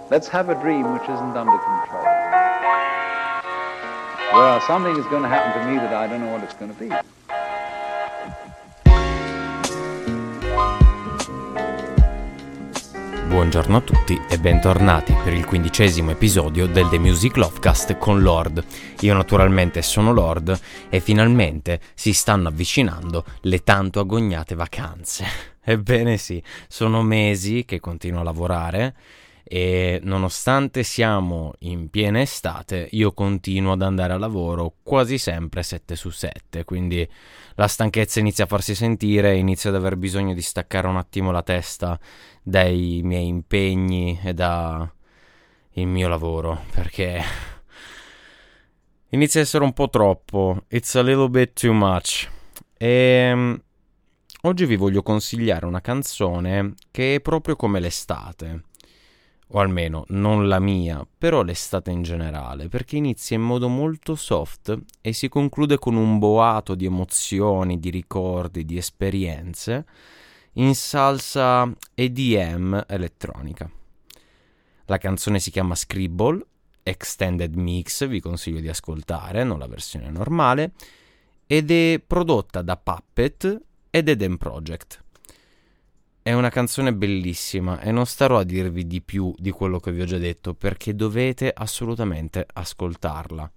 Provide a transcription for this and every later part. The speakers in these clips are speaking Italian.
Let's have a dream which isn't under control. Well, something is going to happen to me that I don't know what it's going to be. Buongiorno a tutti e bentornati per il 15° episodio del The Music Lovecast con Lord. Io naturalmente sono Lord e finalmente si stanno avvicinando le tanto agognate vacanze. Ebbene sì, sono mesi che continuo a lavorare e nonostante siamo in piena estate io continuo ad andare a lavoro quasi sempre 7 su 7, quindi la stanchezza inizia a farsi sentire, inizio ad aver bisogno di staccare un attimo la testa dai miei impegni e da il mio lavoro, perché inizia a essere un po' troppo. It's a little bit too much. E oggi vi voglio consigliare una canzone che è proprio come l'estate, o almeno non la mia, però l'estate in generale, perché inizia in modo molto soft e si conclude con un boato di emozioni, di ricordi, di esperienze in salsa EDM elettronica. La canzone si chiama Scribble Extended Mix, vi consiglio di ascoltare, non la versione normale, ed è prodotta da Puppet ed Eden Project. È una canzone bellissima e non starò a dirvi di più di quello che vi ho già detto perché dovete assolutamente ascoltarla.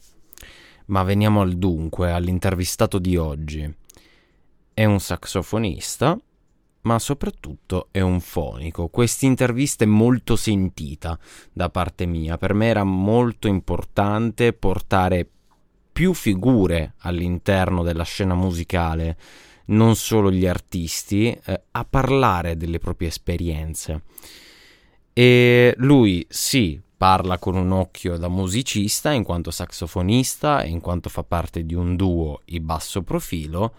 Ma veniamo al dunque, all'intervistato di oggi. È un sassofonista, ma soprattutto è un fonico. Questa intervista è molto sentita da parte mia. Per me era molto importante portare più figure all'interno della scena musicale, non solo gli artisti, a parlare delle proprie esperienze. E lui sì, parla con un occhio da musicista in quanto sassofonista e in quanto fa parte di un duo i basso profilo,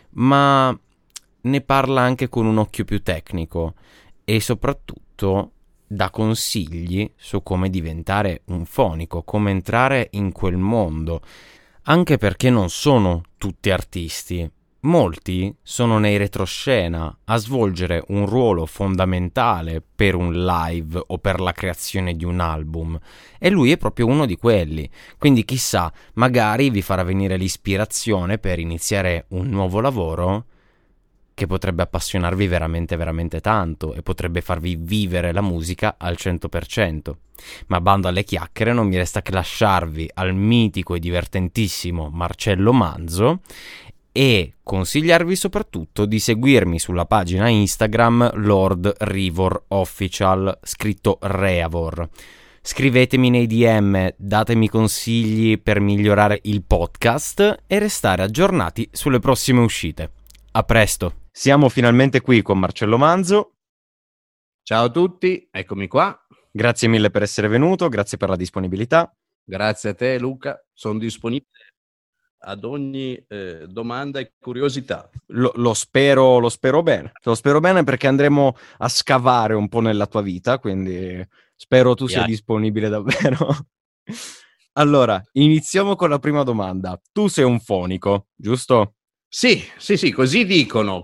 ma ne parla anche con un occhio più tecnico e soprattutto dà consigli su come diventare un fonico, come entrare in quel mondo, anche perché non sono tutti artisti. Molti sono nei retroscena a svolgere un ruolo fondamentale per un live o per la creazione di un album e lui è proprio uno di quelli, quindi chissà, magari vi farà venire l'ispirazione per iniziare un nuovo lavoro che potrebbe appassionarvi veramente veramente tanto e potrebbe farvi vivere la musica al 100%. Ma bando alle chiacchiere, non mi resta che lasciarvi al mitico e divertentissimo Marcello Manzo e consigliarvi soprattutto di seguirmi sulla pagina Instagram Lord Rivor Official, scritto Reavor. Scrivetemi nei DM, datemi consigli per migliorare il podcast e restare aggiornati sulle prossime uscite. A presto! Siamo finalmente qui con Marcello Manzo. Ciao a tutti, eccomi qua. Grazie mille per essere venuto, grazie per la disponibilità. Grazie a te Luca, sono disponibile ad ogni domanda e curiosità. Lo spero bene. Lo spero bene perché andremo a scavare un po' nella tua vita, quindi spero tu sia disponibile davvero. Allora, iniziamo con la prima domanda. Tu sei un fonico, giusto? Sì, così dicono,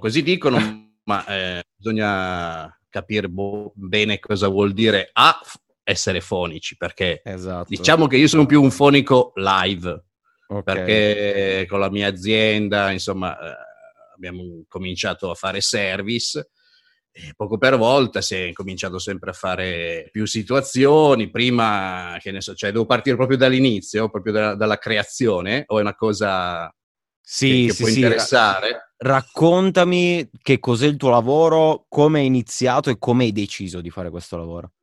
ma bisogna capire bene cosa vuol dire essere fonici, perché esatto. Diciamo che io sono più un fonico live. Okay. Perché con la mia azienda, insomma, abbiamo cominciato a fare service e poco per volta si è cominciato sempre a fare più situazioni. Prima, che ne so, cioè devo partire proprio dall'inizio, proprio dalla creazione, o è una cosa che può interessare? Raccontami che cos'è il tuo lavoro, come hai iniziato e come hai deciso di fare questo lavoro.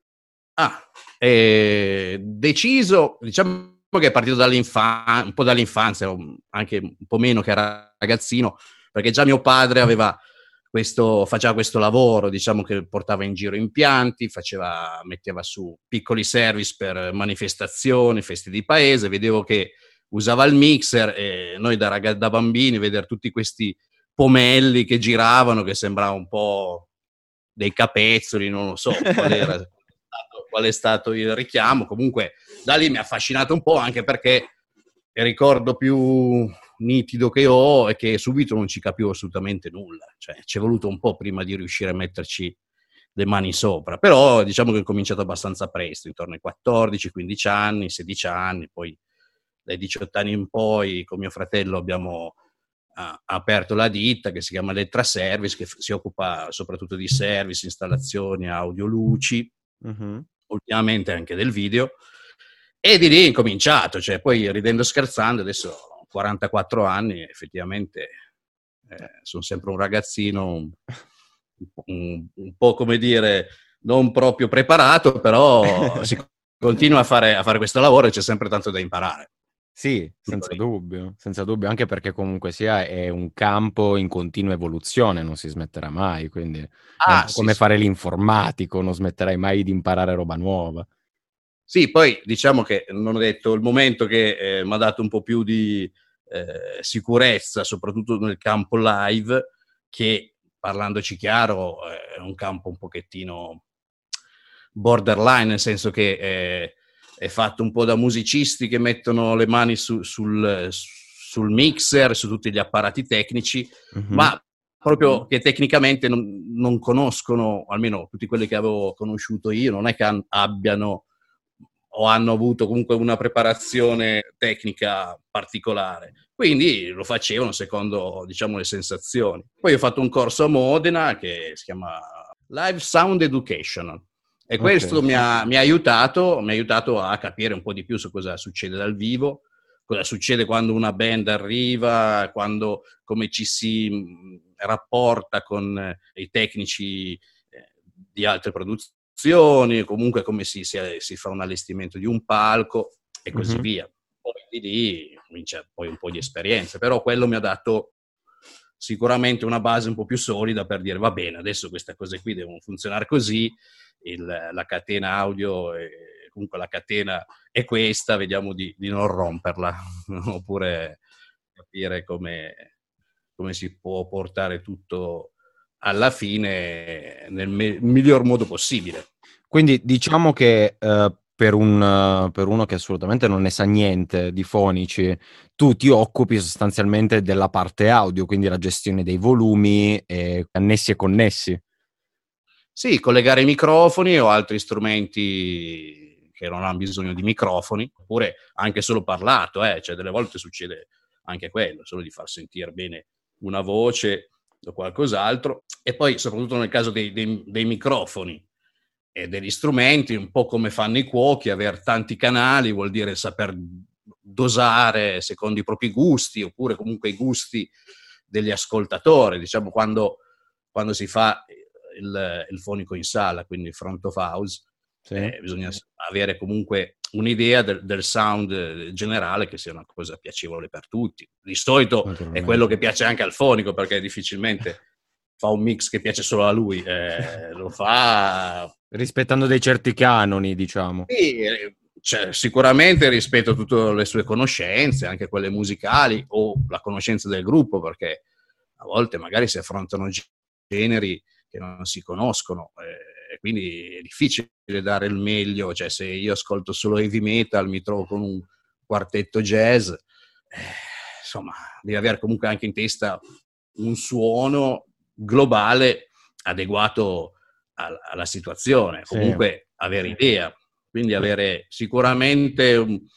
Deciso, diciamo che è partito un po' dall'infanzia, anche un po' meno che era ragazzino, perché già mio padre faceva questo lavoro, diciamo che portava in giro impianti, metteva su piccoli service per manifestazioni, feste di paese, vedevo che usava il mixer e noi da bambini vedere tutti questi pomelli che giravano, che sembrava un po' dei capezzoli, non lo so qual è stato il richiamo. Comunque da lì mi ha affascinato un po', anche perché il ricordo più nitido che ho è che subito non ci capivo assolutamente nulla, cioè ci è voluto un po' prima di riuscire a metterci le mani sopra, però diciamo che ho cominciato abbastanza presto, intorno ai 14, 15 anni, 16 anni, poi dai 18 anni in poi con mio fratello abbiamo aperto la ditta che si chiama Elettra Service, che si occupa soprattutto di service, installazioni, audio, luci, ultimamente anche del video, e di lì è incominciato, cioè poi ridendo e scherzando, adesso ho 44 anni, effettivamente sono sempre un ragazzino un po' come dire non proprio preparato, però si continua a fare questo lavoro e c'è sempre tanto da imparare. Sì, senza dubbio, anche perché comunque sia è un campo in continua evoluzione, non si smetterà mai, quindi è un po' come fare l'informatico, non smetterai mai di imparare roba nuova. Sì, poi diciamo che non ho detto il momento che mi ha dato un po' più di sicurezza, soprattutto nel campo live, che parlandoci chiaro è un campo un pochettino borderline, nel senso che è fatto un po' da musicisti che mettono le mani sul mixer, su tutti gli apparati tecnici, ma proprio che tecnicamente non conoscono, almeno tutti quelli che avevo conosciuto io, non è che abbiano o hanno avuto comunque una preparazione tecnica particolare. Quindi lo facevano secondo, diciamo, le sensazioni. Poi ho fatto un corso a Modena che si chiama Live Sound Education. E questo mi ha aiutato a capire un po' di più su cosa succede dal vivo, cosa succede quando una band arriva, come ci si rapporta con i tecnici di altre produzioni, comunque come si fa un allestimento di un palco e così via. Poi di lì comincia poi un po' di esperienza, però quello mi ha dato sicuramente una base un po' più solida per dire va bene, adesso queste cose qui devono funzionare così, la catena audio comunque la catena è questa, vediamo di non romperla oppure capire come si può portare tutto alla fine nel miglior modo possibile. Quindi diciamo che per uno che assolutamente non ne sa niente di fonici, tu ti occupi sostanzialmente della parte audio, quindi la gestione dei volumi annessi e connessi. Sì, collegare i microfoni o altri strumenti che non hanno bisogno di microfoni, oppure anche solo parlato, cioè delle volte succede anche quello, solo di far sentire bene una voce o qualcos'altro. E poi soprattutto nel caso dei microfoni e degli strumenti, un po' come fanno i cuochi, avere tanti canali vuol dire saper dosare secondo i propri gusti, oppure comunque i gusti degli ascoltatori, diciamo quando si fa il fonico in sala, quindi front of house, bisogna avere comunque un'idea del sound generale che sia una cosa piacevole per tutti. Di solito è quello che piace anche al fonico, perché difficilmente fa un mix che piace solo a lui, lo fa rispettando dei certi canoni, diciamo. Sì, cioè, sicuramente rispetto a tutte le sue conoscenze, anche quelle musicali o la conoscenza del gruppo, perché a volte magari si affrontano generi che non si conoscono, quindi è difficile dare il meglio, cioè se io ascolto solo heavy metal mi trovo con un quartetto jazz, insomma devi avere comunque anche in testa un suono globale adeguato alla situazione, comunque avere idea, quindi avere sicuramente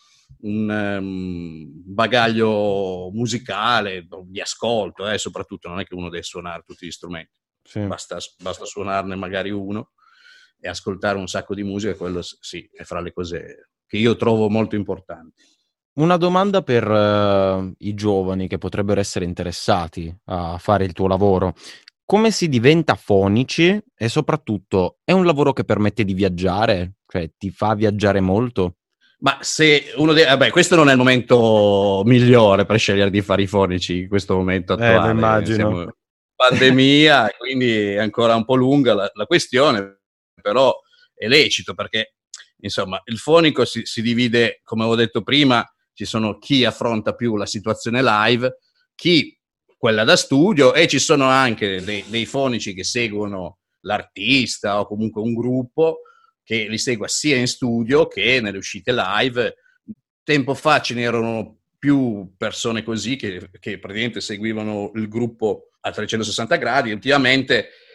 un bagaglio musicale di ascolto, soprattutto non è che uno deve suonare tutti gli strumenti. Basta suonarne magari uno e ascoltare un sacco di musica, quello sì, è fra le cose che io trovo molto importanti. Una domanda per i giovani che potrebbero essere interessati a fare il tuo lavoro. Come si diventa fonici e soprattutto è un lavoro che permette di viaggiare? Cioè ti fa viaggiare molto? Ma se uno questo non è il momento migliore per scegliere di fare i fonici in questo momento attuale. Lo immagino. Siamo in pandemia, quindi è ancora un po' lunga la questione, però è lecito perché insomma il fonico si divide, come avevo detto prima, ci sono chi affronta più la situazione live, chi quella da studio, e ci sono anche dei fonici che seguono l'artista o comunque un gruppo che li segua sia in studio che nelle uscite live. Tempo fa ce n'erano più persone così che praticamente seguivano il gruppo a 360 gradi. Ultimamente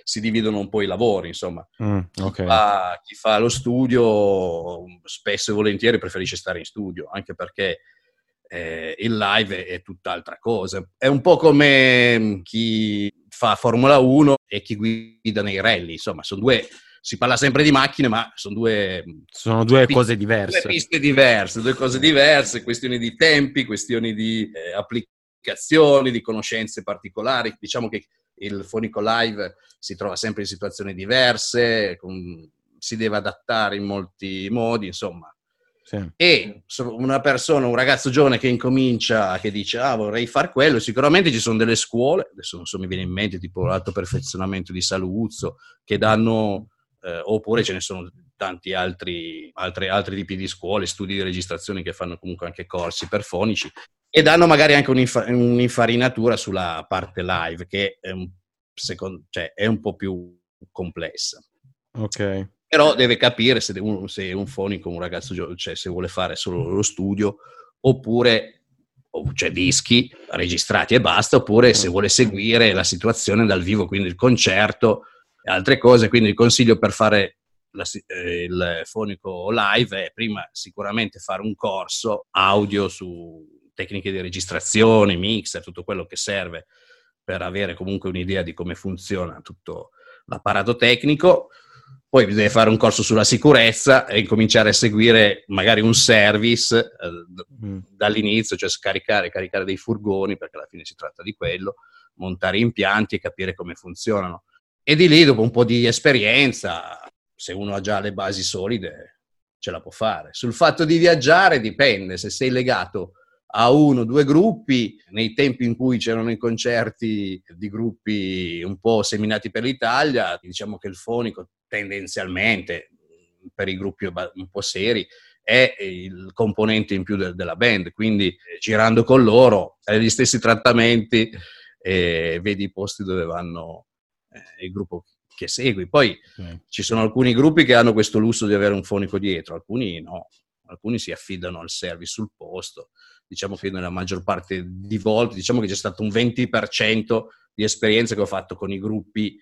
si dividono un po' i lavori, insomma. Ok. Chi fa lo studio spesso e volentieri preferisce stare in studio, anche perché il live è tutt'altra cosa. È un po' come chi fa Formula 1 e chi guida nei rally, insomma, sono due, si parla sempre di macchine, ma sono due cose diverse. Due piste diverse, due cose diverse, questioni di tempi, questioni di applicazioni, di conoscenze particolari. Diciamo che il fonico live si trova sempre in situazioni diverse, si deve adattare in molti modi, insomma. Sì. E una persona, un ragazzo giovane che incomincia, che dice vorrei fare quello, sicuramente ci sono delle scuole, adesso non so, mi viene in mente tipo l'alto perfezionamento di Saluzzo, che danno, oppure ce ne sono tanti altri tipi di scuole, studi di registrazione che fanno comunque anche corsi per fonici e danno magari anche un'infarinatura sulla parte live, che è un po' più complessa. Ok. Però deve capire se è un fonico, un ragazzo, cioè se vuole fare solo lo studio, oppure dischi registrati e basta, oppure se vuole seguire la situazione dal vivo, quindi il concerto e altre cose. Quindi il consiglio per fare il fonico live è prima sicuramente fare un corso audio su tecniche di registrazione, mixer, tutto quello che serve per avere comunque un'idea di come funziona tutto l'apparato tecnico. Poi deve fare un corso sulla sicurezza e incominciare a seguire magari un service dall'inizio, cioè caricare dei furgoni, perché alla fine si tratta di quello, montare impianti e capire come funzionano. E di lì, dopo un po' di esperienza, se uno ha già le basi solide, ce la può fare. Sul fatto di viaggiare dipende, se sei legato a 1 o 2 gruppi, nei tempi in cui c'erano i concerti di gruppi un po' seminati per l'Italia, diciamo che il fonico tendenzialmente, per i gruppi un po' seri, è il componente in più della band, quindi girando con loro hai gli stessi trattamenti e vedi i posti dove vanno il gruppo che segui. Poi ci sono alcuni gruppi che hanno questo lusso di avere un fonico dietro, alcuni no, alcuni si affidano al service sul posto. Diciamo che nella maggior parte di volte, diciamo che c'è stato un 20% di esperienze che ho fatto con i gruppi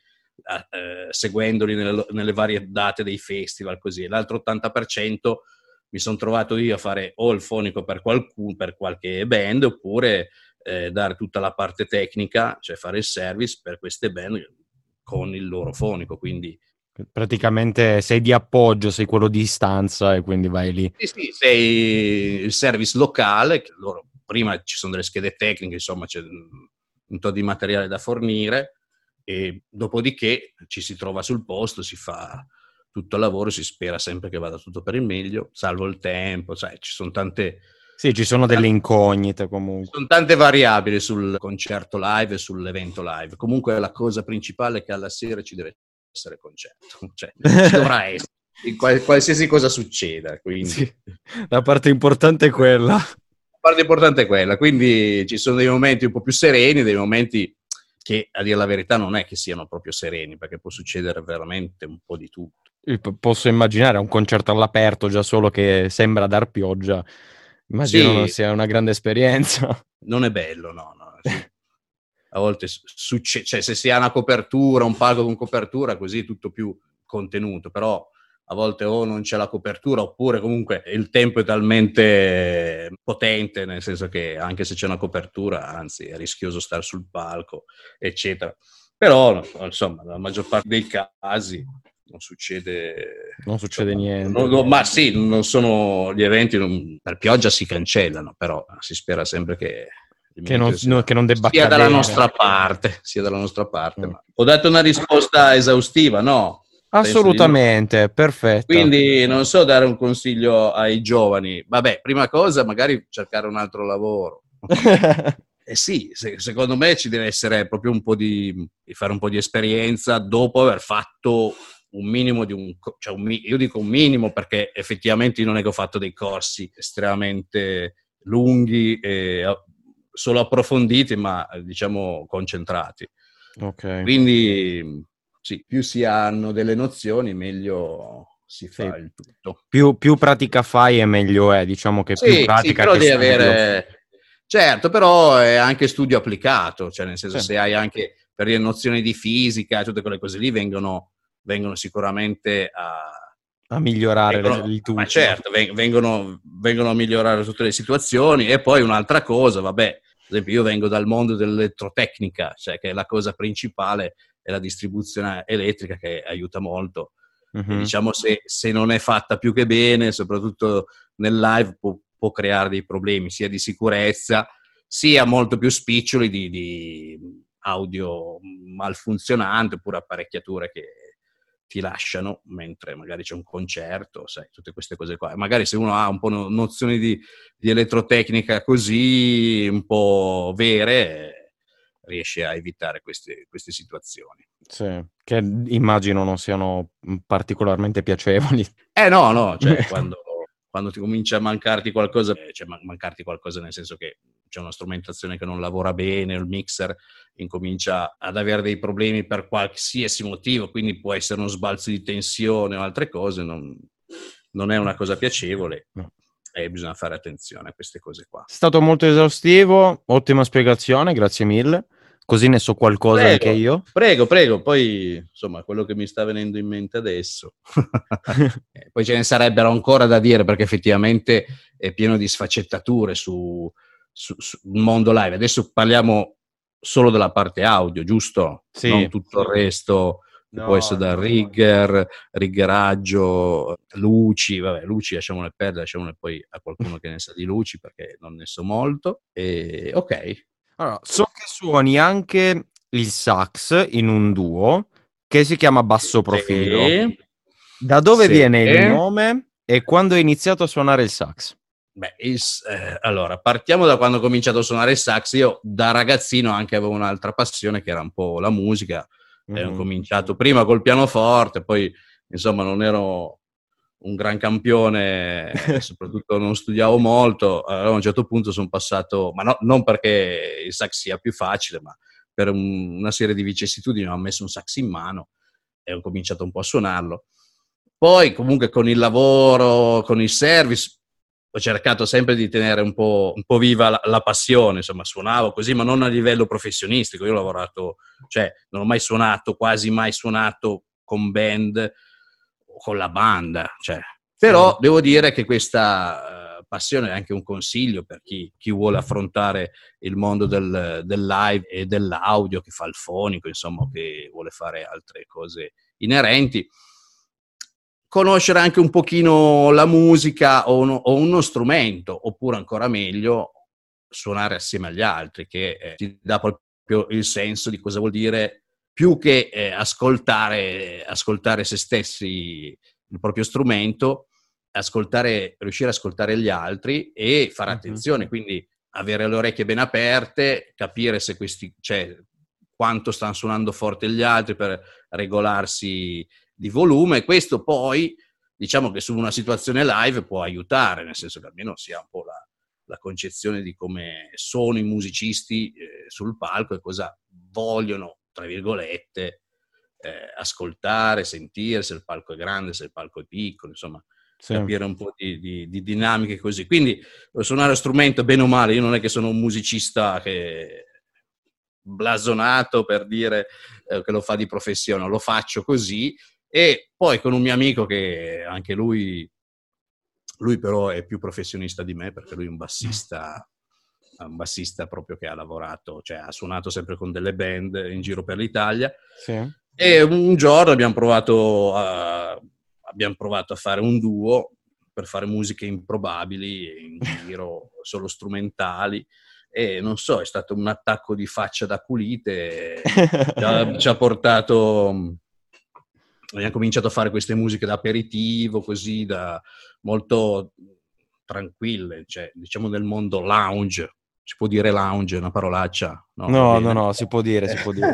seguendoli nelle varie date dei festival, così. L'altro 80% mi sono trovato io a fare o il fonico per qualche band, oppure dare tutta la parte tecnica, cioè fare il service per queste band con il loro fonico, quindi praticamente sei di appoggio, sei quello di stanza e quindi vai lì. Sì, sei il service locale, che loro prima ci sono delle schede tecniche, insomma c'è un po' di materiale da fornire e dopodiché ci si trova sul posto, si fa tutto il lavoro, si spera sempre che vada tutto per il meglio, salvo il tempo, sai, ci sono tante... Sì, ci sono delle incognite comunque. Ci sono tante variabili sul concerto live e sull'evento live. Comunque la cosa principale è che alla sera ci deve essere concerto, cioè ci dovrà essere. Qualsiasi cosa succeda, quindi sì, la parte importante è quella. La parte importante è quella, quindi ci sono dei momenti un po' più sereni, dei momenti che a dire la verità non è che siano proprio sereni, perché può succedere veramente un po' di tutto. Posso immaginare un concerto all'aperto già solo che sembra dar pioggia, immagino non sia una grande esperienza. Non è bello, no. A volte succede, cioè se si ha una copertura, un palco con copertura, così è tutto più contenuto, però a volte o non c'è la copertura oppure comunque il tempo è talmente potente, nel senso che anche se c'è una copertura, anzi è rischioso stare sul palco, eccetera. Però insomma, nella maggior parte dei casi non succede niente. ma sì, non sono gli eventi, per pioggia si cancellano, però si spera sempre che non debba sia dalla nostra parte, Mm. Ma ho dato una risposta esaustiva, no? Assolutamente, perfetto. Quindi non so dare un consiglio ai giovani. Vabbè, prima cosa magari cercare un altro lavoro. Sì, secondo me ci deve essere proprio un po' di fare un po' di esperienza dopo aver fatto un minimo io dico un minimo perché effettivamente non è che ho fatto dei corsi estremamente lunghi e solo approfonditi, ma diciamo concentrati. Ok. Quindi sì, più si hanno delle nozioni, meglio si fa il tutto. Più pratica fai e meglio è, diciamo che più pratica però che devi studio. avere... Certo, però è anche studio applicato, cioè nel senso se hai anche per le nozioni di fisica, tutte quelle cose lì vengono sicuramente a migliorare il tutto. Ma certo, vengono a migliorare tutte le situazioni. E poi un'altra cosa, vabbè, ad esempio io vengo dal mondo dell'elettrotecnica, cioè che è la cosa principale, è la distribuzione elettrica, che aiuta molto. E diciamo, se non è fatta più che bene, soprattutto nel live, può creare dei problemi sia di sicurezza, sia molto più spiccioli di audio malfunzionante, oppure apparecchiature che ti lasciano mentre magari c'è un concerto, sai, tutte queste cose qua. Magari se uno ha un po' nozioni di elettrotecnica così un po' vere, riesce a evitare queste situazioni. Sì, che immagino non siano particolarmente piacevoli. No, cioè quando ti comincia a mancarti qualcosa, cioè mancarti qualcosa nel senso che c'è una strumentazione che non lavora bene, o il mixer incomincia ad avere dei problemi per qualsiasi motivo, quindi può essere uno sbalzo di tensione o altre cose, non è una cosa piacevole. No. E bisogna fare attenzione a queste cose qua. È stato molto esaustivo, ottima spiegazione, grazie mille. Così ne so qualcosa anche io. Prego, poi insomma quello che mi sta venendo in mente adesso. Poi ce ne sarebbero ancora da dire, perché effettivamente è pieno di sfaccettature sul mondo live. Adesso parliamo solo della parte audio, giusto? Sì. Non tutto il resto, può essere dal riggeraggio, luci, vabbè, luci lasciamole perdere, lasciamole poi a qualcuno che ne sa di luci, perché non ne so molto. E ok. Allora, so che suoni anche il sax in un duo che si chiama Basso Profilo. Sì. Da dove viene il nome e quando hai iniziato a suonare il sax? Beh, allora, partiamo da quando ho cominciato a suonare il sax. Io da ragazzino anche avevo un'altra passione, che era un po' la musica. Ho cominciato prima col pianoforte, poi insomma non ero un gran campione, soprattutto non studiavo molto. Allora, a un certo punto sono passato, ma no, non perché il sax sia più facile, ma per una serie di vicissitudini ho messo un sax in mano e ho cominciato un po' a suonarlo. Poi comunque con il lavoro, con il service, ho cercato sempre di tenere un po' viva la passione. Insomma, suonavo così, ma non a livello professionistico. Io ho lavorato, cioè non ho mai suonato, quasi mai suonato con band o con la banda, cioè. Però devo dire che questa passione è anche un consiglio per chi vuole affrontare il mondo del live e dell'audio, che fa il fonico, insomma, che vuole fare altre cose inerenti. Conoscere anche un pochino la musica o uno strumento, oppure ancora meglio suonare assieme agli altri, che ti dà proprio il senso di cosa vuol dire, più che ascoltare se stessi il proprio strumento, riuscire ad ascoltare gli altri e fare attenzione, quindi avere le orecchie ben aperte, capire se quanto stanno suonando forte gli altri per regolarsi di volume. Questo poi, diciamo che su una situazione live può aiutare, nel senso che almeno sia un po' la concezione di come sono i musicisti sul palco e cosa vogliono, tra virgolette, ascoltare, sentire, se il palco è grande, se il palco è piccolo, insomma, capire un po' di dinamiche così. Quindi suonare strumento, bene o male, io non è che sono un musicista che blasonato per dire che lo fa di professione, lo faccio così. E poi con un mio amico che anche lui però è più professionista di me, perché lui è un bassista proprio che ha lavorato, cioè ha suonato sempre con delle band in giro per l'Italia. Sì. E un giorno abbiamo provato a fare un duo per fare musiche improbabili in giro, solo strumentali. E non so, è stato un attacco di faccia da culite, ci ha portato. Abbiamo cominciato a fare queste musiche da aperitivo, così, da molto tranquille, cioè diciamo del mondo lounge. Si può dire lounge, è una parolaccia? No, si può dire.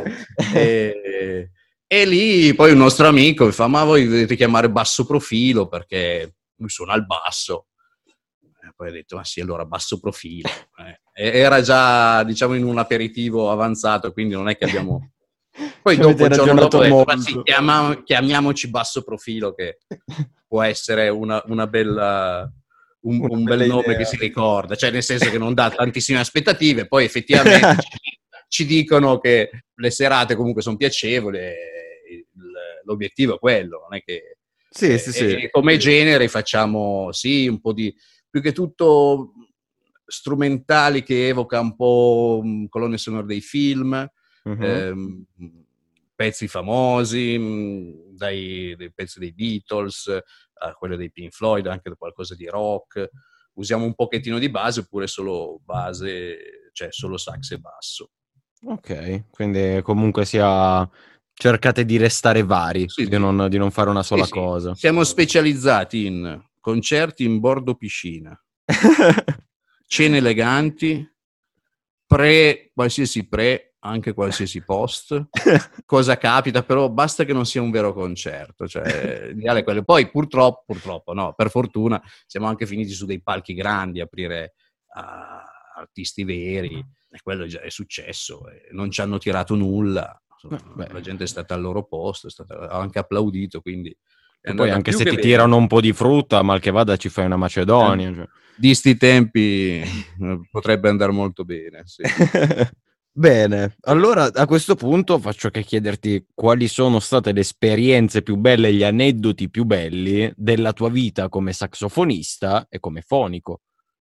E lì poi un nostro amico mi fa: ma voi dovete chiamare Basso Profilo, perché lui suona il basso. E poi ho detto: ma sì, allora Basso Profilo. Era già, diciamo, in un aperitivo avanzato, quindi non è che abbiamo... Poi dopo, il giorno dopo, ho detto: ma sì, chiamiamoci Basso Profilo, che può essere una bella... un bel nome che si ricorda, cioè nel senso che non dà tantissime aspettative. Poi effettivamente ci dicono che le serate comunque sono piacevoli, l'obiettivo è quello, non è che... Sì, sì, sì. E come genere facciamo, sì, un po' di... più che tutto strumentali che evoca un po' colonne sonore dei film, pezzi famosi, dai pezzi dei Beatles a quelli dei Pink Floyd, anche qualcosa di rock. Usiamo un pochettino di base oppure solo base, cioè solo sax e basso. Ok, quindi comunque cercate di restare vari, Sì, di non fare una sola sì. cosa. Siamo specializzati in concerti in bordo piscina, cene eleganti, qualsiasi anche qualsiasi post. Cosa capita, però basta che non sia un vero concerto, cioè l'ideale è quello. Poi purtroppo no, per fortuna siamo anche finiti su dei palchi grandi, aprire a artisti veri, e quello già è successo, non ci hanno tirato nulla, la gente è stata al loro posto, ha anche applaudito, quindi e poi anche se ti tirano un po' di frutta, mal che vada ci fai una Macedonia. Cioè. Di sti tempi potrebbe andare molto bene, sì. Bene, allora a questo punto faccio che chiederti quali sono state le esperienze più belle, gli aneddoti più belli della tua vita come sassofonista e come fonico.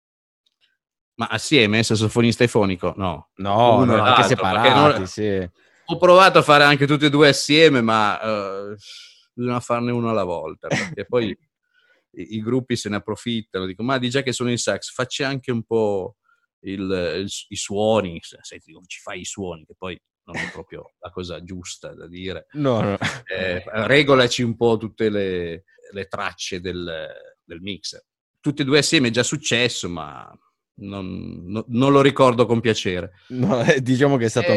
Ma assieme, sassofonista e fonico? No, No, uno e anche l'altro, separati, sì. Ho provato a fare anche tutti e due assieme, ma bisogna farne uno alla volta, perché poi i gruppi se ne approfittano, dico, ma di già che sono in sax, facci anche un po' i suoni, se ci fai i suoni, che poi non è proprio la cosa giusta da dire. No. Regolaci un po' tutte le tracce del mixer. Tutti e due assieme è già successo, ma non lo ricordo con piacere. No, diciamo che è stata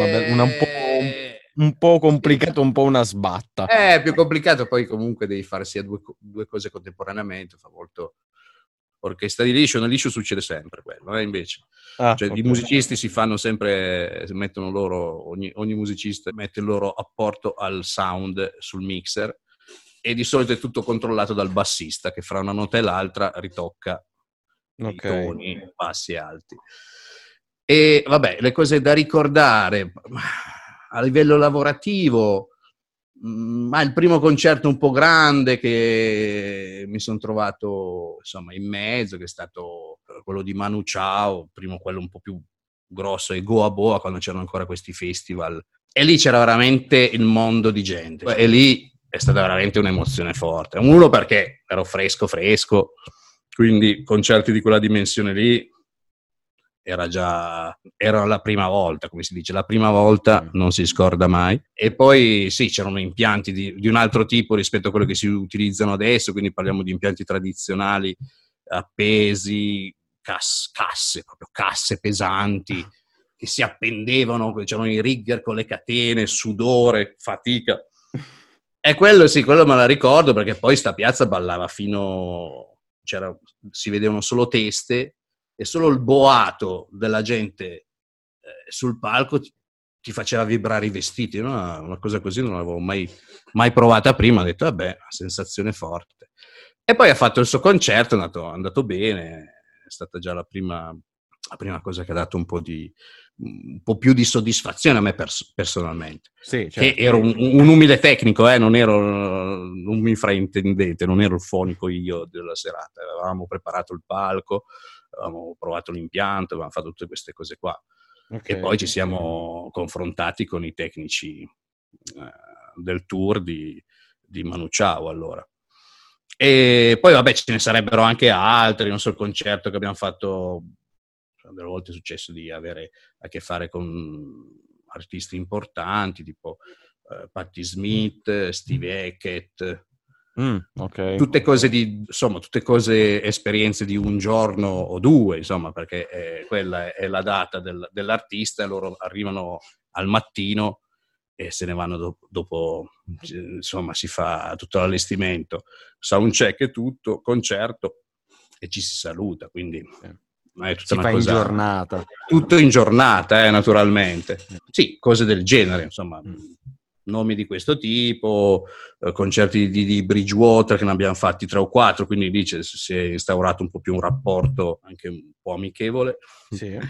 un po' complicato, sì. Un po' una sbatta. È più complicato, poi comunque devi fare sia due cose contemporaneamente, fa molto orchestra di liscio, nel liscio succede sempre quello, invece. Cioè, okay. I musicisti si fanno sempre, mettono loro, ogni musicista mette il loro apporto al sound sul mixer, e di solito è tutto controllato dal bassista, che fra una nota e l'altra ritocca i toni bassi e alti. E vabbè, le cose da ricordare a livello lavorativo, ma il primo concerto un po' grande che mi sono trovato insomma in mezzo, che è stato quello di Manu Chao, primo quello un po' più grosso, e Goa Boa, quando c'erano ancora questi festival, e lì c'era veramente il mondo di gente, e lì è stata veramente un'emozione forte. Uno, perché ero fresco, quindi concerti di quella dimensione lì era la prima volta, come si dice, la prima volta non si scorda mai. E poi sì, c'erano impianti di un altro tipo rispetto a quello che si utilizzano adesso, quindi parliamo di impianti tradizionali, appesi, proprio casse pesanti che si appendevano, c'erano i rigger con le catene, sudore, fatica. E quello sì, quello me la ricordo, perché poi sta piazza ballava si vedevano solo teste, e solo il boato della gente sul palco ti faceva vibrare i vestiti, no? Una cosa così non l'avevo mai provata prima. Ho detto, vabbè, sensazione forte. E poi ha fatto il suo concerto, è andato bene, è stata già la prima cosa che ha dato un po' più di soddisfazione a me personalmente. Sì, certo. Che ero un umile tecnico, non ero un infraintendente, non ero il fonico io della serata. Avevamo preparato il palco, avevamo provato l'impianto, avevamo fatto tutte queste cose qua. Okay. E poi ci siamo confrontati con i tecnici del tour di Manu Chao, allora. E poi vabbè, ce ne sarebbero anche altri, non so, il concerto che abbiamo fatto, delle volte è successo di avere a che fare con artisti importanti, tipo Patti Smith, Steve Hackett, okay. Tutte cose, esperienze di un giorno o due, insomma, perché quella è la data dell'artista, e loro arrivano al mattino e se ne vanno dopo, insomma, si fa tutto l'allestimento, soundcheck e tutto, concerto, e ci si saluta, quindi è tutta una cosa in giornata. Tutto in giornata, naturalmente. Sì, cose del genere, insomma. Nomi di questo tipo, concerti di Bridgewater, che ne abbiamo fatti 3 o 4, quindi lì si è instaurato un po' più un rapporto anche un po' amichevole. Sì.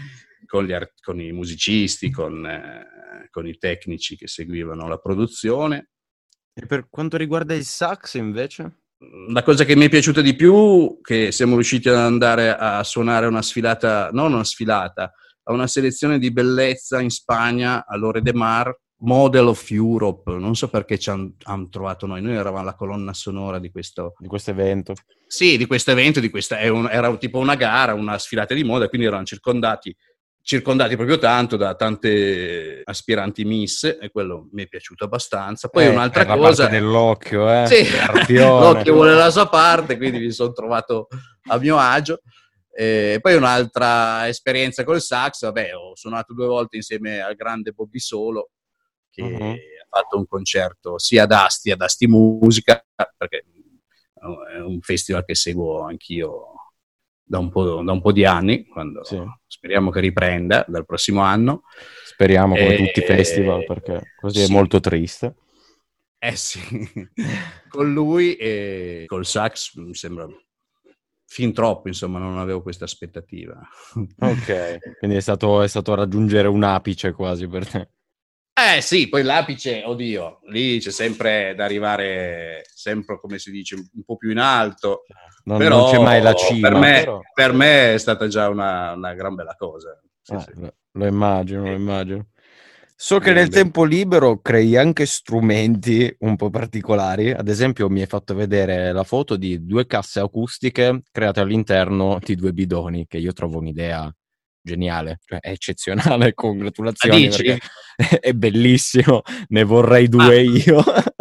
con i musicisti, con i tecnici che seguivano la produzione. E per quanto riguarda il sax, invece? La cosa che mi è piaciuta di più, che siamo riusciti ad andare a suonare non una sfilata, a una selezione di bellezza in Spagna, all'Ore de Mar, Model of Europe. Non so perché ci hanno trovato noi eravamo la colonna sonora di questo evento. Sì, di questo evento, era tipo una gara, una sfilata di moda, quindi erano circondati proprio tanto da tante aspiranti miss, e quello mi è piaciuto abbastanza. Poi un'altra la cosa... parte dell'occhio, Sì, l'occhio vuole la sua parte, quindi mi sono trovato a mio agio. Poi un'altra esperienza col sax, vabbè, ho suonato 2 volte insieme al grande Bobby Solo, che ha fatto un concerto sia ad Asti Musica, perché è un festival che seguo anch'io da un po' di anni, speriamo che riprenda dal prossimo anno. Speriamo, come tutti i festival, perché così è molto triste. Sì, con lui e col sax mi sembra fin troppo, insomma, non avevo questa aspettativa. Ok, quindi è stato raggiungere un apice quasi per te. Sì, poi l'apice, oddio, lì c'è sempre da arrivare, sempre, come si dice, un po' più in alto. Però non c'è mai la cima. Per me è stata già una gran bella cosa. Sì. Lo immagino. So che nel tempo libero crei anche strumenti un po' particolari. Ad esempio, mi hai fatto vedere la foto di 2 casse acustiche create all'interno di 2 bidoni, che io trovo un'idea geniale, cioè è eccezionale. Congratulazioni, perché è bellissimo, ne vorrei 2 io.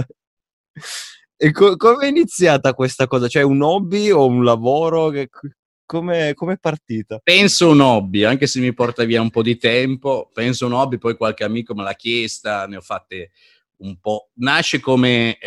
E come è iniziata questa cosa? Cioè, un hobby o un lavoro? Come è partita? Penso un hobby, anche se mi porta via un po' di tempo. Penso un hobby, poi qualche amico me l'ha chiesta, ne ho fatte un po'. Nasce come,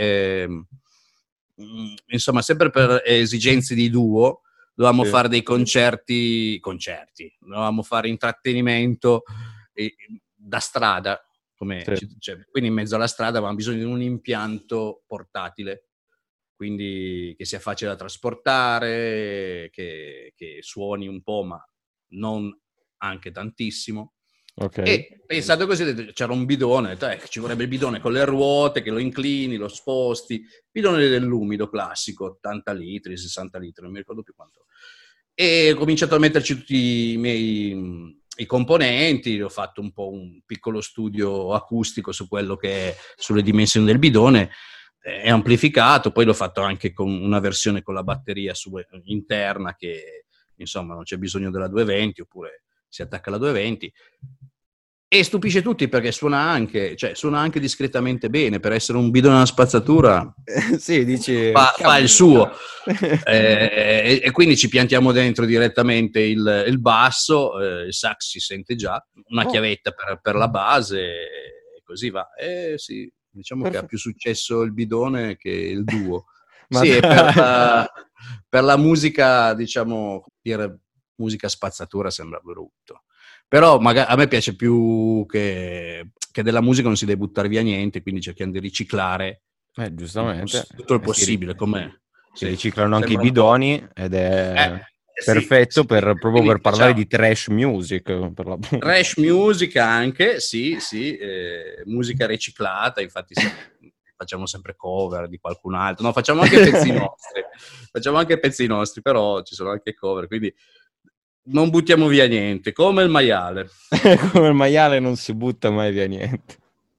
insomma, sempre per esigenze di duo. Dovevamo fare dei concerti, dovevamo fare intrattenimento da strada, quindi in mezzo alla strada avevamo bisogno di un impianto portatile, quindi che sia facile da trasportare, che suoni un po', ma non anche tantissimo. Okay. E pensato così, c'era un bidone, ho detto, ci vorrebbe il bidone con le ruote, che lo inclini, lo sposti, bidone dell'umido classico, 80 litri, 60 litri, non mi ricordo più quanto. E ho cominciato a metterci tutti i componenti, ho fatto un po' un piccolo studio acustico su quello che è, sulle dimensioni del bidone, è amplificato, poi l'ho fatto anche con una versione con la batteria interna, che insomma non c'è bisogno della 220, oppure si attacca alla 220, e stupisce tutti perché suona anche discretamente bene per essere un bidone a spazzatura. Sì, dici, fa il suo. E quindi ci piantiamo dentro direttamente il basso, il sax si sente già, una chiavetta per la base, e così va. Sì, diciamo che ha più successo il bidone che il duo. Sì, per la musica, diciamo, dire musica spazzatura sembra brutto. Però a me piace più che della musica non si deve buttare via niente, quindi cerchiamo di riciclare giustamente tutto il possibile. Si riciclano anche i bidoni, ed è perfetto proprio per parlare di trash music. Trash music anche, sì, musica riciclata, infatti facciamo sempre cover di qualcun altro, no, facciamo anche pezzi nostri, però ci sono anche cover, quindi non buttiamo via niente, come il maiale. Come il maiale non si butta mai via niente.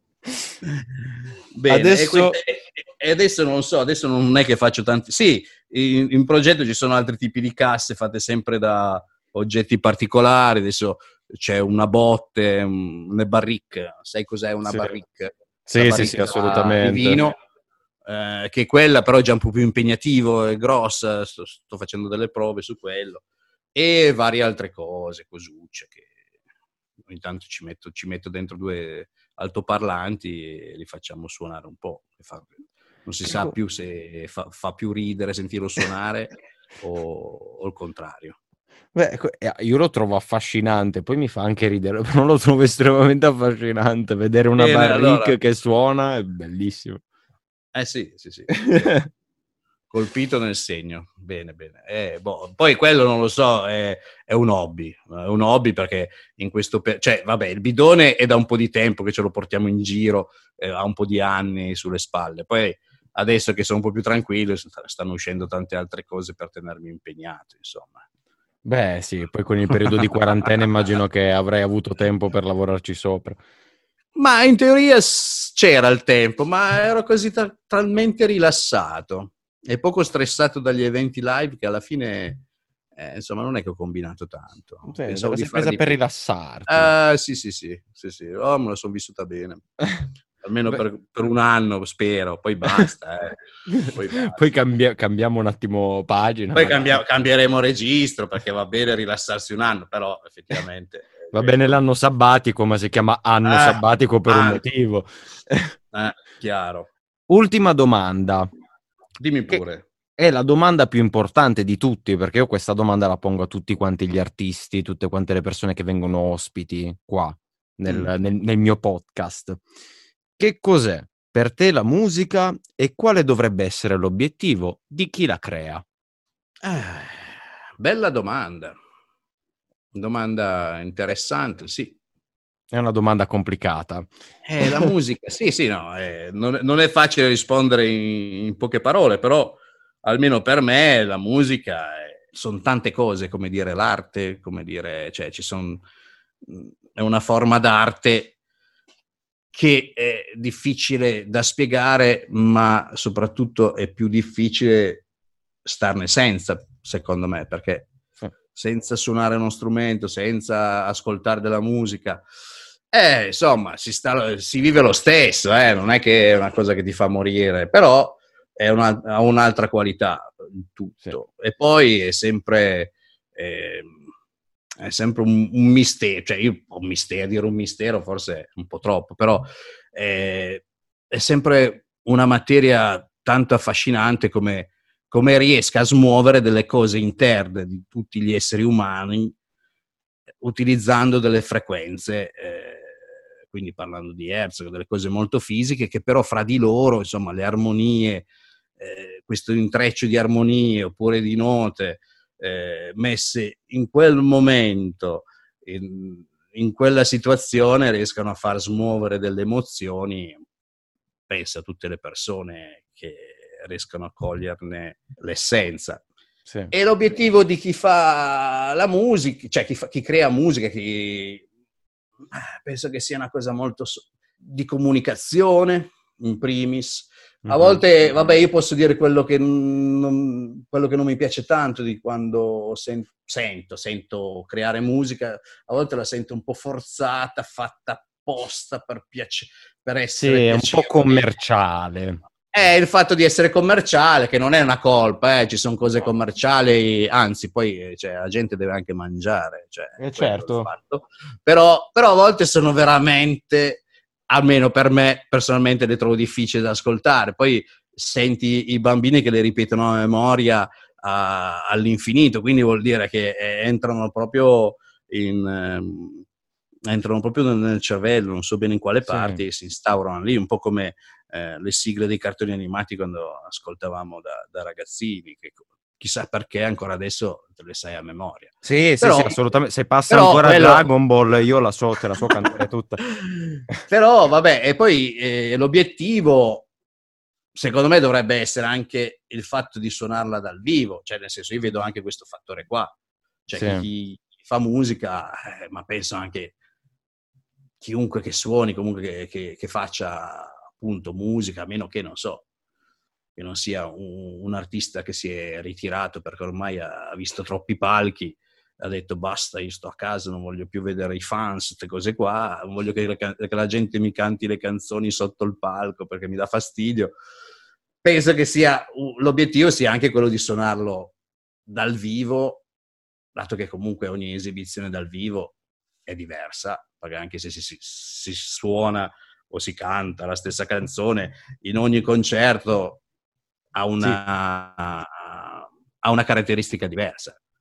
Bene, adesso non so, adesso non è che faccio tanti... Sì, in progetto ci sono altri tipi di casse fatte sempre da oggetti particolari, adesso c'è una botte, una barrique, sai cos'è una barrique? Sì, assolutamente. Di vino, che quella però è già un po' più impegnativo, è grossa, sto facendo delle prove su quello, e varie altre cose, cosucce, che ogni tanto ci metto dentro 2 altoparlanti e li facciamo suonare un po'. Non si sa più se fa più ridere sentirlo suonare o il contrario. Beh, io lo trovo affascinante, poi mi fa anche ridere, però lo trovo estremamente affascinante. Vedere una barrique che suona è bellissimo. Sì. Colpito nel segno, bene, bene. Poi quello non lo so, è un hobby perché in questo, cioè vabbè, il bidone è da un po' di tempo che ce lo portiamo in giro, ha un po' di anni sulle spalle, poi adesso che sono un po' più tranquillo stanno uscendo tante altre cose per tenermi impegnato, insomma. Beh, sì, poi con il periodo di quarantena immagino che avrei avuto tempo per lavorarci sopra. Ma in teoria c'era il tempo, ma ero così talmente rilassato e poco stressato dagli eventi live che alla fine, insomma, non è che ho combinato tanto. Sì, Pensavo te di sei fare presa di per più. rilassarti. Sì. Oh, me la sono vissuta bene. Almeno Beh. per un anno, spero. Poi basta. Poi basta. Poi cambiamo un attimo pagina, Poi magari. cambieremo registro perché va bene rilassarsi un anno, però effettivamente Va bene l'anno sabbatico, ma si chiama anno sabbatico per un anche, motivo. chiaro. Ultima domanda, Dimmi che pure. è la domanda più importante di tutti, perché io questa domanda la pongo a tutti quanti gli artisti, tutte quante le persone che vengono ospiti qua nel mio podcast. Che cos'è per te la musica e quale dovrebbe essere l'obiettivo di chi la crea? Bella domanda. Domanda interessante, sì. È una domanda complicata. La musica, sì, no, non è facile rispondere in poche parole, però almeno per me la musica sono tante cose, come dire l'arte, come dire, cioè è una forma d'arte che è difficile da spiegare, ma soprattutto è più difficile starne senza, secondo me, perché senza suonare uno strumento, senza ascoltare della musica, insomma, si vive lo stesso, non è che è una cosa che ti fa morire, però ha un'altra qualità il tutto. Sì. E poi è sempre un mistero, cioè io ho un mistero, dire un mistero forse è un po' troppo, però è sempre una materia tanto affascinante come riesca a smuovere delle cose interne di tutti gli esseri umani utilizzando delle frequenze, quindi parlando di hertz, delle cose molto fisiche che però fra di loro, insomma, le armonie, questo intreccio di armonie oppure di note messe in quel momento, in quella situazione, riescano a far smuovere delle emozioni. Pensa a tutte le persone che riescono a coglierne l'essenza. Sì. E l'obiettivo di chi fa la musica, cioè chi crea musica, penso che sia una cosa molto di comunicazione, in primis. A volte, vabbè, io posso dire quello che non mi piace tanto di quando sento creare musica, a volte la sento un po' forzata, fatta apposta per essere piacevole. Sì, è un po' commerciale. È il fatto di essere commerciale, che non è una colpa, ci sono cose commerciali, anzi, poi cioè, la gente deve anche mangiare, cioè, certo. Però a volte sono veramente, almeno per me personalmente, le trovo difficili da ascoltare. Poi senti i bambini che le ripetono a memoria all'infinito, quindi vuol dire che entrano proprio nel cervello, non so bene in quale parti, e si instaurano lì, un po' come le sigle dei cartoni animati quando ascoltavamo da ragazzini, che chissà perché ancora adesso te le sai a memoria. Sì, assolutamente. Se passa ancora Dragon Ball, io te la so cantare tutta. Però vabbè, e poi l'obiettivo secondo me dovrebbe essere anche il fatto di suonarla dal vivo, cioè nel senso, io vedo anche questo fattore qua, cioè chi fa musica, ma penso anche chiunque che suoni, comunque che faccia appunto musica, a meno che non so, che non sia un artista che si è ritirato perché ormai ha visto troppi palchi, ha detto basta, io sto a casa, non voglio più vedere i fans, queste cose qua, non voglio che la gente mi canti le canzoni sotto il palco perché mi dà fastidio. Penso che l'obiettivo sia anche quello di suonarlo dal vivo, dato che comunque ogni esibizione dal vivo è diversa, perché anche se si suona o si canta la stessa canzone, in ogni concerto ha una caratteristica diversa.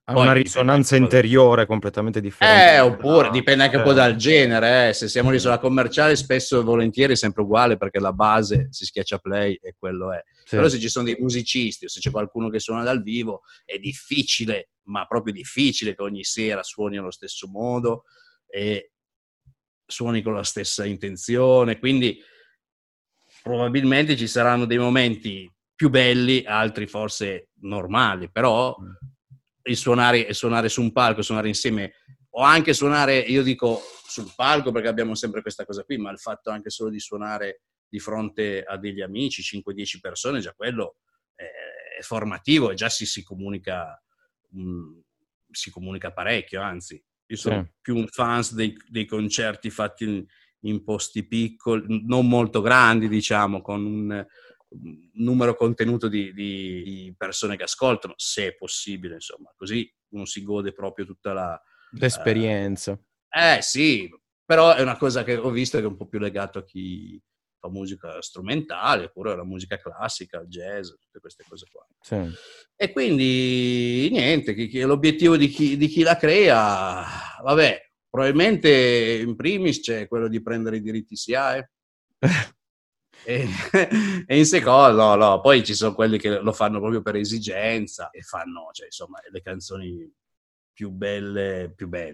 Ha Poi una dipende risonanza anche interiore completamente differente. oppure dipende anche un po' dal genere. Se siamo lì Mm. sulla commerciale, spesso e volentieri è sempre uguale perché la base si schiaccia play e quello è. Sì. Però se ci sono dei musicisti o se c'è qualcuno che suona dal vivo, è difficile, ma proprio difficile che ogni sera suoni allo stesso modo e suoni con la stessa intenzione. Quindi probabilmente ci saranno dei momenti più belli, altri forse normali, però suonare su un palco, suonare insieme, o anche suonare, io dico sul palco perché abbiamo sempre questa cosa qui, ma il fatto anche solo di suonare di fronte a degli amici, 5-10 persone, già quello è formativo e già si comunica, si comunica parecchio, anzi. Io sono più un fan dei concerti fatti in posti piccoli, non molto grandi, diciamo, con un numero contenuto di persone che ascoltano, se è possibile, insomma, così uno si gode proprio tutta l'esperienza. Sì, però è una cosa che ho visto che è un po' più legato a chi fa musica strumentale, oppure alla musica classica, al jazz, tutte queste cose qua. Sì. E quindi niente, l'obiettivo di chi la crea, vabbè, probabilmente in primis c'è quello di prendere i diritti SIAE. E, e in secondo, no, poi ci sono quelli che lo fanno proprio per esigenza e fanno, cioè, insomma, le canzoni più belle,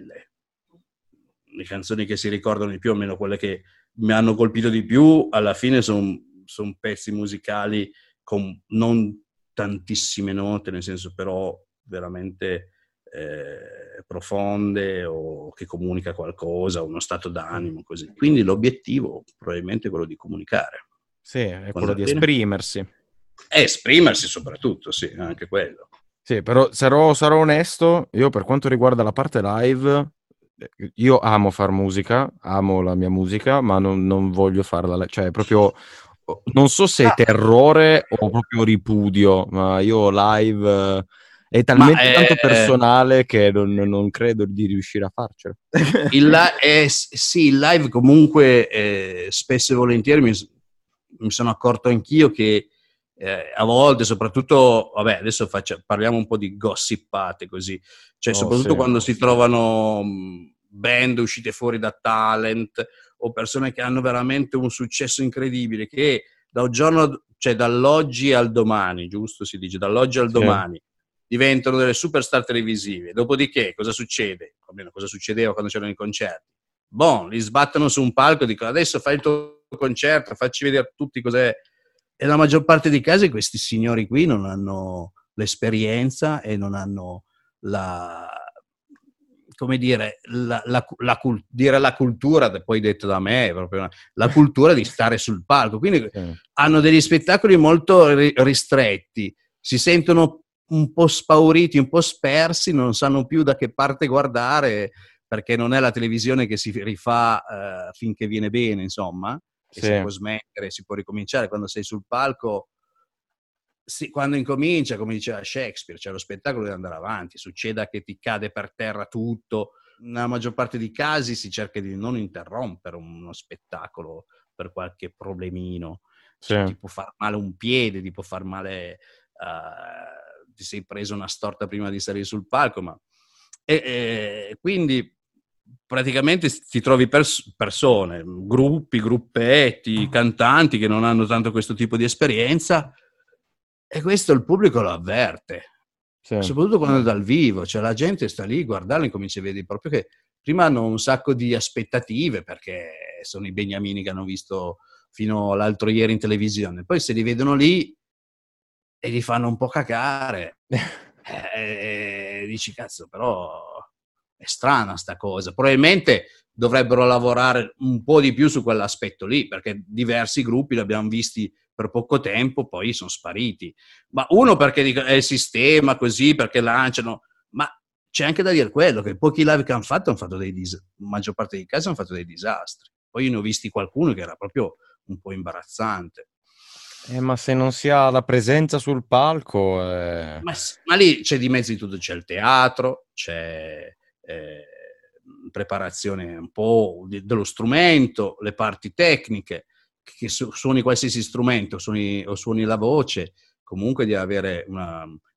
le canzoni che si ricordano di più, o meno quelle che mi hanno colpito di più, alla fine sono pezzi musicali con non tantissime note, nel senso però veramente profonde o che comunica qualcosa, uno stato d'animo, così. Quindi l'obiettivo probabilmente è quello di comunicare. Sì, è quello di esprimersi. Esprimersi soprattutto, sì, anche quello. Sì, però sarò onesto, io per quanto riguarda la parte live, io amo far musica, amo la mia musica, ma non voglio farla live, cioè proprio, non so se è terrore o proprio ripudio, ma io live è talmente tanto personale che non credo di riuscire a farcelo. Sì, il live comunque spesso e volentieri mi sono accorto anch'io che a volte, soprattutto, vabbè, adesso parliamo un po' di gossipate così, cioè soprattutto sì. quando si trovano band uscite fuori da talent o persone che hanno veramente un successo incredibile, che da un giorno, cioè dall'oggi al domani, giusto si dice, dall'oggi al domani, diventano delle superstar televisive. Dopodiché cosa succede? O almeno cosa succedeva quando c'erano i concerti? Boh, li sbattono su un palco e dicono adesso fai il tuo concerto, facci vedere a tutti cos'è. E la maggior parte dei casi questi signori qui non hanno l'esperienza e non hanno come dire, dire la cultura, poi detto da me, proprio la cultura di stare sul palco. Quindi hanno degli spettacoli molto ristretti, si sentono un po' spauriti, un po' spersi, non sanno più da che parte guardare, perché non è la televisione che si rifà finché viene bene, insomma, che si può smettere, si può ricominciare. Quando sei sul palco, quando incomincia, come diceva Shakespeare, cioè lo spettacolo deve andare avanti, succeda che ti cade per terra tutto. Nella maggior parte dei casi si cerca di non interrompere uno spettacolo per qualche problemino. Cioè, ti può far male un piede, ti può far male, ti sei preso una storta prima di salire sul palco, ma quindi praticamente ti trovi persone, gruppetti, cantanti che non hanno tanto questo tipo di esperienza, e questo il pubblico lo avverte, soprattutto quando è dal vivo, cioè la gente sta lì, guardarlo e comincia a vedere proprio che prima hanno un sacco di aspettative perché sono i beniamini che hanno visto fino all'altro ieri in televisione, poi se li vedono lì e li fanno un po' cacare, dici cazzo, però è strana sta cosa. Probabilmente dovrebbero lavorare un po' di più su quell'aspetto lì, perché diversi gruppi li abbiamo visti per poco tempo, poi sono spariti. Ma uno perché è il sistema così, perché lanciano, ma c'è anche da dire quello, che pochi live che hanno fatto la maggior parte dei casi hanno fatto dei disastri. Poi io ne ho visti qualcuno che era proprio un po' imbarazzante. Ma se non si ha la presenza sul palco... Ma lì c'è di mezzo di tutto, c'è il teatro, c'è preparazione un po' dello strumento, le parti tecniche, che suoni qualsiasi strumento o suoni la voce, comunque devi avere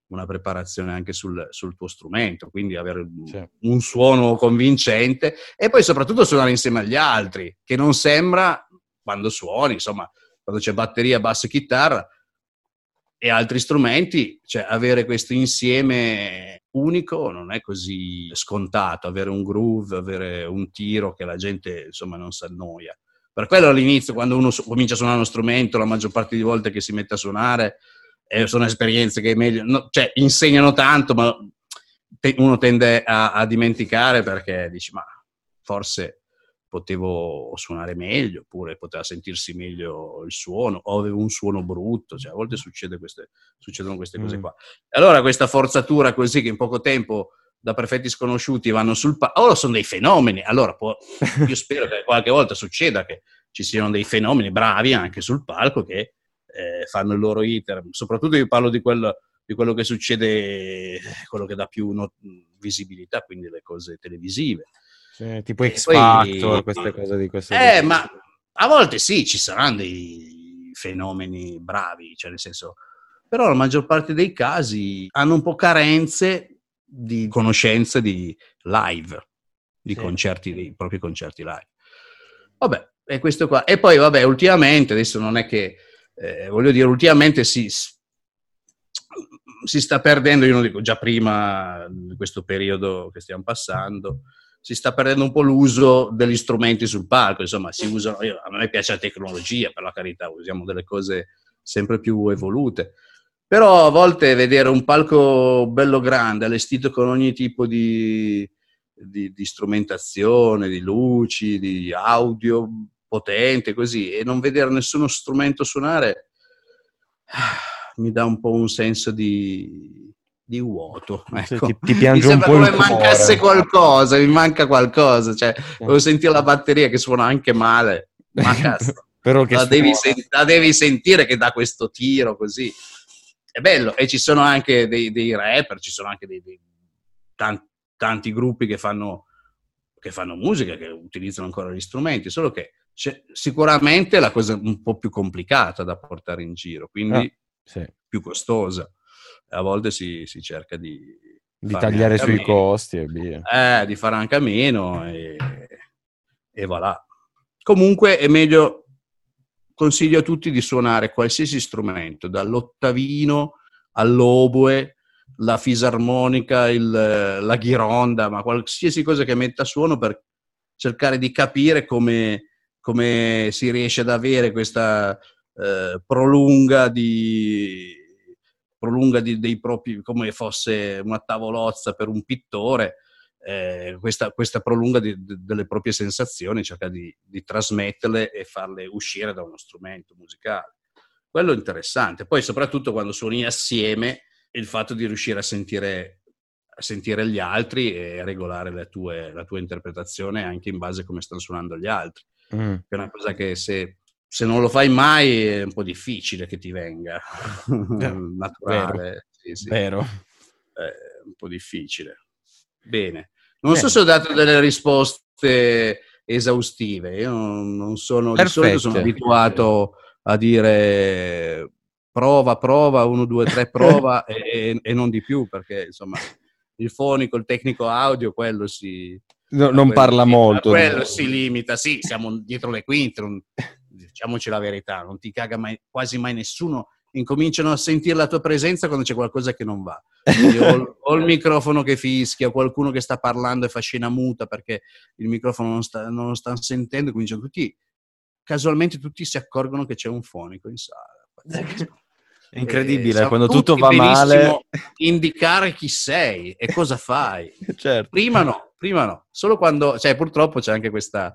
una preparazione anche sul tuo strumento, quindi avere Sì. un suono convincente e poi soprattutto suonare insieme agli altri, che non sembra, quando suoni, insomma, quando c'è batteria, basso e chitarra e altri strumenti, cioè avere questo insieme unico non è così scontato, avere un groove, avere un tiro che la gente, insomma, non si annoia. Per quello all'inizio, quando uno comincia a suonare uno strumento, la maggior parte di volte che si mette a suonare, sono esperienze che meglio, cioè insegnano tanto, ma uno tende a dimenticare perché dici, ma forse potevo suonare meglio, oppure poteva sentirsi meglio il suono, o avevo un suono brutto, cioè a volte succedono queste cose qua. E allora questa forzatura così che in poco tempo da perfetti sconosciuti vanno sul palco, ora sono dei fenomeni, allora io spero che qualche volta succeda che ci siano dei fenomeni bravi anche sul palco che fanno il loro iter, soprattutto io parlo di quello che succede, quello che dà più visibilità, quindi le cose televisive. Sì, tipo X Factor, queste cose di questo tipo. Ma a volte sì, ci saranno dei fenomeni bravi, cioè nel senso, però la maggior parte dei casi hanno un po' carenze di conoscenze di live, di concerti, dei propri concerti live. Vabbè, è questo qua. E poi, vabbè, ultimamente, adesso non è che, voglio dire, ultimamente si sta perdendo, io non dico già prima di questo periodo che stiamo passando, si sta perdendo un po' l'uso degli strumenti sul palco, insomma, si usano, a me piace la tecnologia, per la carità, usiamo delle cose sempre più evolute, però a volte vedere un palco bello grande, allestito con ogni tipo di strumentazione, di luci, di audio potente, così, e non vedere nessuno strumento suonare mi dà un po' un senso di vuoto, ecco. Cioè, ti piange mi un po' come il cuore. mancasse qualcosa, mi manca qualcosa, cioè volevo sentire la batteria che suona anche male, ma cazzo, però che la devi sentire che dà questo tiro così, è bello. E ci sono anche dei rapper, ci sono anche tanti gruppi che fanno musica, che utilizzano ancora gli strumenti, solo che c'è sicuramente la cosa un po' più complicata da portare in giro, quindi più costosa. A volte si cerca di tagliare sui costi e via. Di fare anche a meno e voilà. Comunque è meglio, consiglio a tutti di suonare qualsiasi strumento, dall'ottavino all'oboe, la fisarmonica, la ghironda, ma qualsiasi cosa che metta suono, per cercare di capire come si riesce ad avere questa prolunga dei propri, come fosse una tavolozza per un pittore, questa prolunga delle proprie sensazioni, cerca di trasmetterle e farle uscire da uno strumento musicale. Quello è interessante. Poi soprattutto quando suoni assieme, il fatto di riuscire a sentire gli altri e a regolare la tua interpretazione anche in base a come stanno suonando gli altri. È una cosa che se non lo fai mai è un po' difficile che ti venga naturale. Vero. È un po' difficile. Bene. Non so se ho dato delle risposte esaustive. Io non sono, di solito sono abituato a dire prova, 1, 2, 3, prova e non di più, perché insomma il fonico, il tecnico audio, quello non parla molto. Quello si limita, sì, siamo dietro le quinte, diciamoci la verità, non ti caga quasi mai nessuno. Incominciano a sentire la tua presenza quando c'è qualcosa che non va. Quindi o il microfono che fischia, qualcuno che sta parlando e fa scena muta perché il microfono non lo sta sentendo, cominciano casualmente tutti si accorgono che c'è un fonico in sala. È incredibile, quando tutto va male, indicare chi sei e cosa fai. Certo. Prima no, solo quando, cioè purtroppo c'è anche questa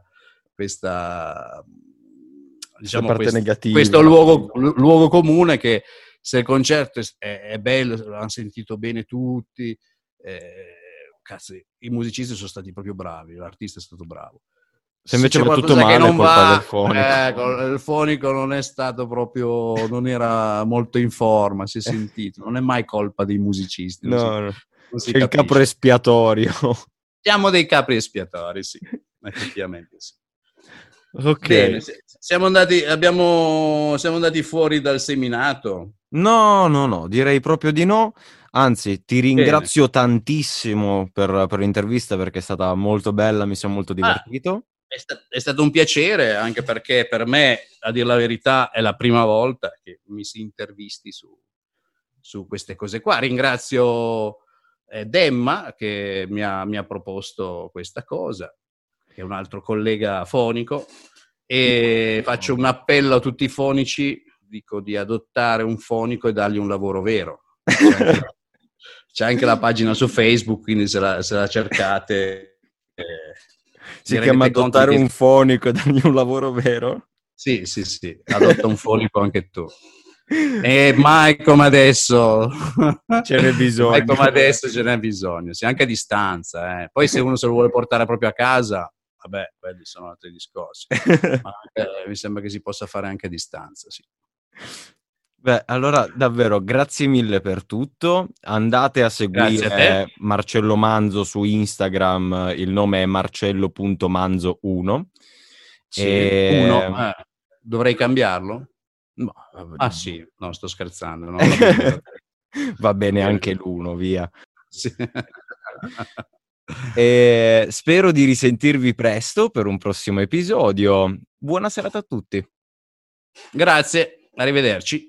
diciamo parte negativa. Questo luogo comune, che se il concerto è bello, l'hanno sentito bene tutti, cazzo, i musicisti sono stati proprio bravi, l'artista è stato bravo. Se invece va tutto male è colpa del fonico. Il fonico non è stato proprio, non era molto in forma, si è sentito. Non è mai colpa dei musicisti. No. C'è il capro espiatorio. Siamo dei capri espiatori, sì, effettivamente sì. Ok. Bene, siamo andati fuori dal seminato. No, direi proprio di no. Anzi, ti Bene. ringrazio tantissimo per l'intervista perché è stata molto bella, mi sono molto divertito. È stato un piacere, anche perché per me, a dire la verità, è la prima volta che mi si intervisti su queste cose qua. Ringrazio Demma che mi ha proposto questa cosa, che è un altro collega fonico, e faccio un appello a tutti i fonici, dico di adottare un fonico e dargli un lavoro vero. C'è anche la pagina su Facebook, quindi se la cercate si chiama adottare un fonico e dargli un lavoro vero? Sì, adotta un fonico anche tu. E mai come adesso ce n'è bisogno. Mai come adesso ce n'è bisogno, sì, anche a distanza. Poi se uno se lo vuole portare proprio a casa, vabbè, quelli sono altri discorsi. Ma mi sembra che si possa fare anche a distanza, sì. Beh, allora davvero grazie mille per tutto. Andate a seguire Marcello Manzo su Instagram, il nome è marcello.manzo1. Sì, uno, dovrei cambiarlo? No, sì, no, sto scherzando. No, va bene anche l'uno, via. Sì. Spero di risentirvi presto per un prossimo episodio. Buona serata a tutti. Grazie, arrivederci.